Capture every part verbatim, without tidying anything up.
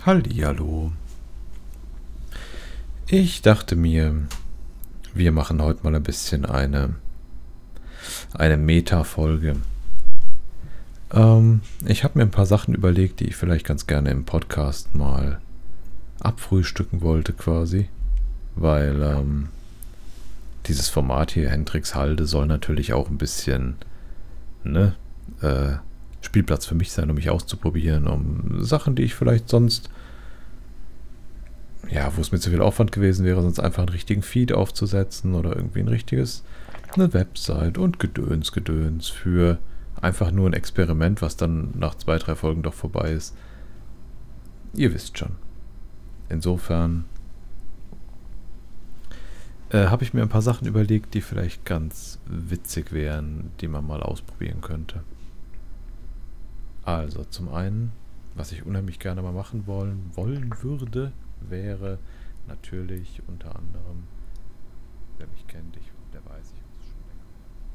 Hallihallo. Ich dachte mir, wir machen heute mal ein bisschen eine, eine Meta-Folge. Ähm, ich habe mir ein paar Sachen überlegt, die ich vielleicht ganz gerne im Podcast mal abfrühstücken wollte quasi. Weil ähm, dieses Format hier, Hendrix Halde, soll natürlich auch ein bisschen ne, äh, Spielplatz für mich sein, um mich auszuprobieren, um Sachen, die ich vielleicht sonst, ja, wo es mir zu viel Aufwand gewesen wäre, sonst einfach einen richtigen Feed aufzusetzen oder irgendwie ein richtiges, eine Website und Gedöns, Gedöns für einfach nur ein Experiment, was dann nach zwei, drei Folgen doch vorbei ist. Ihr wisst schon. Insofern äh, habe ich mir ein paar Sachen überlegt, die vielleicht ganz witzig wären, die man mal ausprobieren könnte. Also zum einen, was ich unheimlich gerne mal machen wollen, wollen würde, wäre natürlich unter anderem, wer mich kennt, ich, der weiß, ich muss schon länger.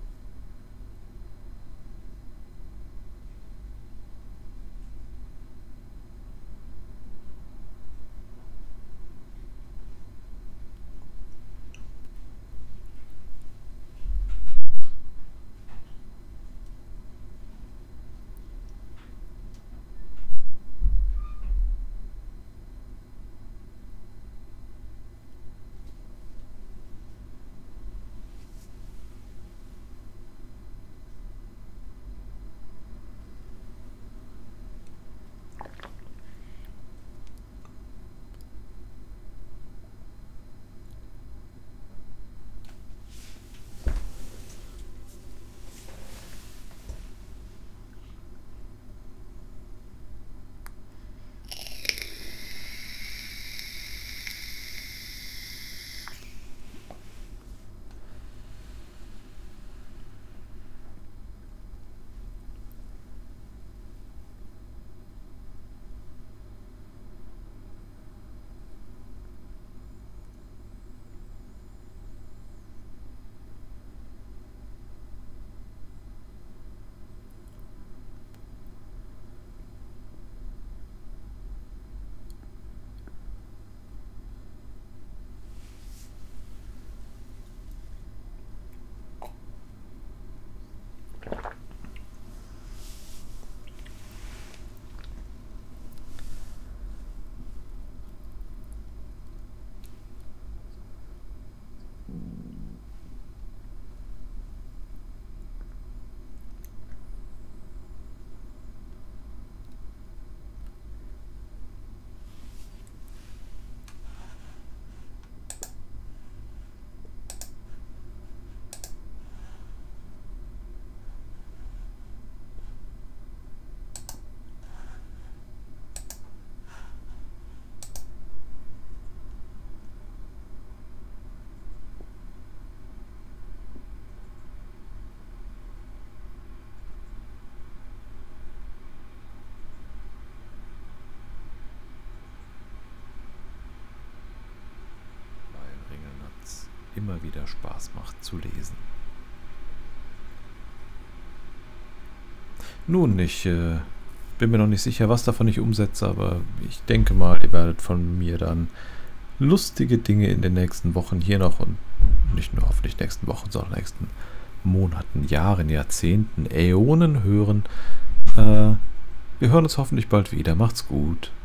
Immer wieder Spaß macht zu lesen. Nun, ich äh, bin mir noch nicht sicher, was davon ich umsetze, aber ich denke mal, ihr werdet von mir dann lustige Dinge in den nächsten Wochen hier noch und nicht nur hoffentlich nächsten Wochen, sondern nächsten Monaten, Jahren, Jahrzehnten, Äonen hören. Äh, wir hören uns hoffentlich bald wieder. Macht's gut.